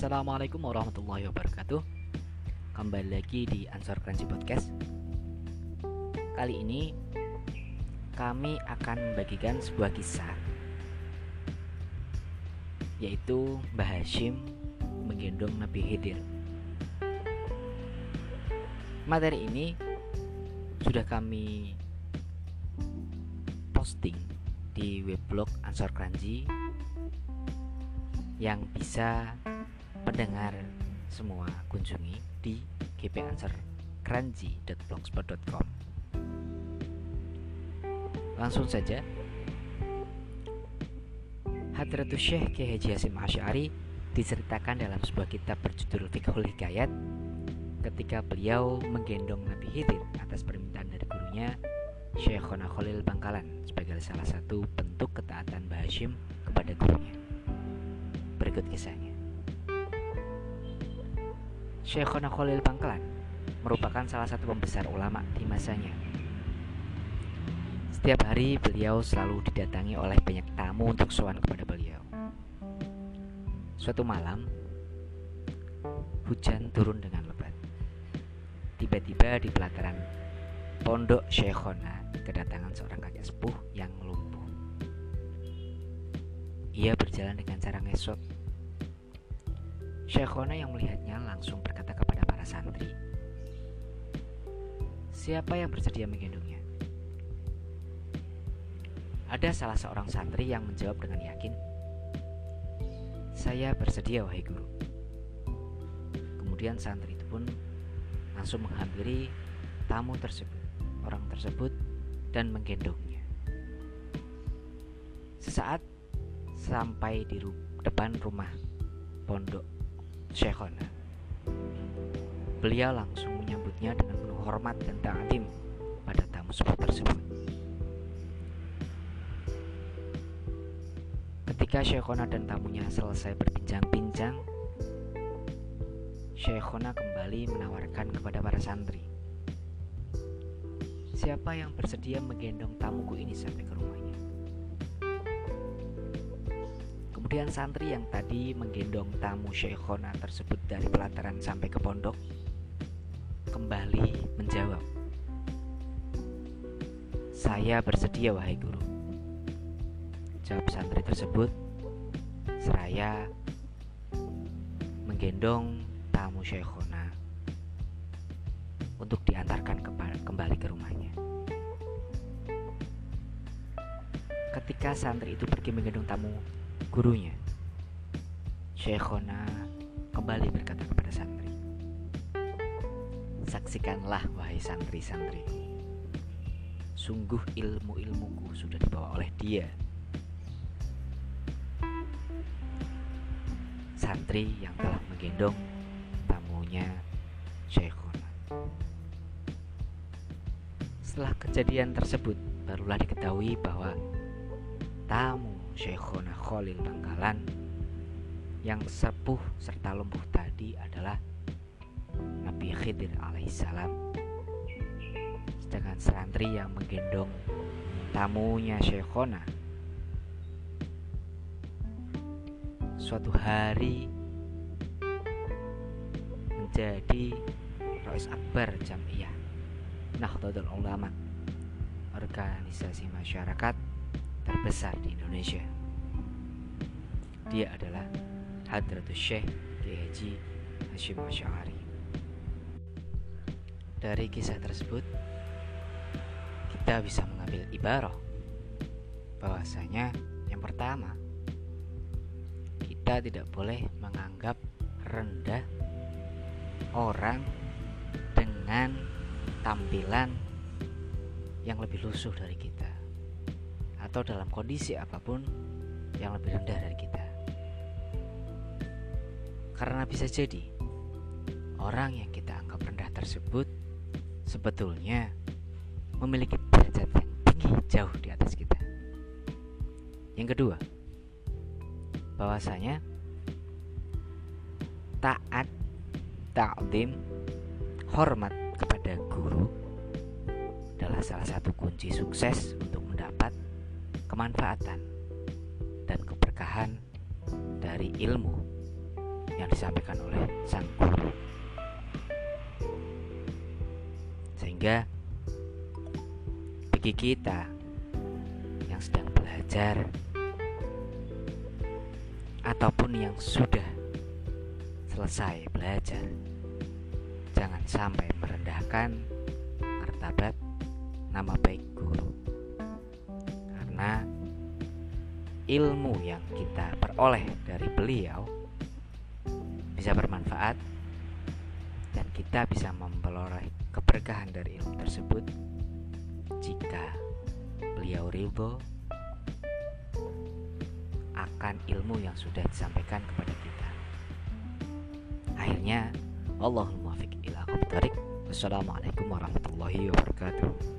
Assalamualaikum warahmatullahi wabarakatuh. Kembali lagi di Ansor Kranji Podcast. Kali ini kami akan membagikan sebuah kisah, yaitu Mbah Hashim menggendong Nabi Khidir. Materi ini sudah kami posting di weblog Ansor Kranji yang bisa pendengar semua kunjungi di gpanswerkranji.blogspot.com. Langsung saja. Hadratus Syekh Kiai Haji Hasyim Asy'ari diceritakan dalam sebuah kitab berjudul Fiqhul Hikayat ketika beliau menggendong Nabi Khidir atas permintaan dari gurunya Syekhona Khalil Bangkalan sebagai salah satu bentuk ketaatan Mbah Hashim kepada gurunya. Berikut kisahnya. Syekhona Khalil Bangkalan merupakan salah satu pembesar ulama di masanya. Setiap hari beliau selalu didatangi oleh banyak tamu untuk sowan kepada beliau. Suatu malam, hujan turun dengan lebat. Tiba-tiba di pelataran pondok Syekhona kedatangan seorang kakek sepuh yang lumpuh. Ia berjalan dengan cara ngesot. Syekhona yang melihatnya langsung berkata kepada para santri, "Siapa yang bersedia menggendongnya?" Ada salah seorang santri yang menjawab dengan yakin, "Saya bersedia, wahai guru." Kemudian santri itu pun langsung menghampiri orang tersebut dan menggendongnya. Sesaat sampai di depan rumah pondok Syekhona, beliau langsung menyambutnya dengan penuh hormat dan ta'zim pada tamu sepuh tersebut. Ketika Syekhona dan tamunya selesai berbincang-bincang, Syekhona kembali menawarkan kepada para santri, "Siapa yang bersedia menggendong tamuku ini sampai ke rumahnya?" Kemudian santri yang tadi menggendong tamu Syekhona tersebut dari pelataran sampai ke pondok kembali menjawab, "Saya bersedia, wahai guru." Jawab santri tersebut seraya menggendong tamu Syekhona untuk diantarkan kembali ke rumahnya. Ketika santri itu pergi menggendong tamu gurunya, Syekhona kembali berkata kepada santri, "Saksikanlah, wahai santri-santri, sungguh ilmu-ilmuku sudah dibawa oleh dia." Santri yang telah menggendong tamunya Syekhona. Setelah kejadian tersebut, barulah diketahui bahwa tamu Syekhona Khalil Bangkalan yang sepuh serta lumpuh tadi adalah Nabi Khidir alaihissalam. Sedangkan santri yang menggendong tamunya Syekhona suatu hari menjadi Rais Akbar Jam'iyah Nahdlatul Ulama, organisasi masyarakat terbesar di Indonesia. Dia adalah Hadratus Syekh Kiai Haji Hasyim Asy'ari. Dari kisah tersebut kita bisa mengambil ibarah bahwasanya yang pertama, kita tidak boleh menganggap rendah orang dengan tampilan yang lebih lusuh dari kita atau dalam kondisi apapun yang lebih rendah dari kita. Karena bisa jadi orang yang kita anggap rendah tersebut sebetulnya memiliki derajat yang tinggi jauh di atas kita. Yang kedua, bahwasanya taat, ta'zim, hormat kepada guru adalah salah satu kunci sukses untuk mendapat kemanfaatan dan keberkahan dari ilmu yang disampaikan oleh sang guru. Sehingga bagi kita yang sedang belajar ataupun yang sudah selesai belajar, jangan sampai merendahkan martabat nama baik guru. Karena ilmu yang kita peroleh dari beliau bisa bermanfaat dan kita bisa memperoleh keberkahan dari ilmu tersebut jika beliau ridho akan ilmu yang sudah disampaikan kepada kita. Akhirnya, Allahul muwaffiq ila aqwamit thoriq. Wassalamualaikum warahmatullahi wabarakatuh.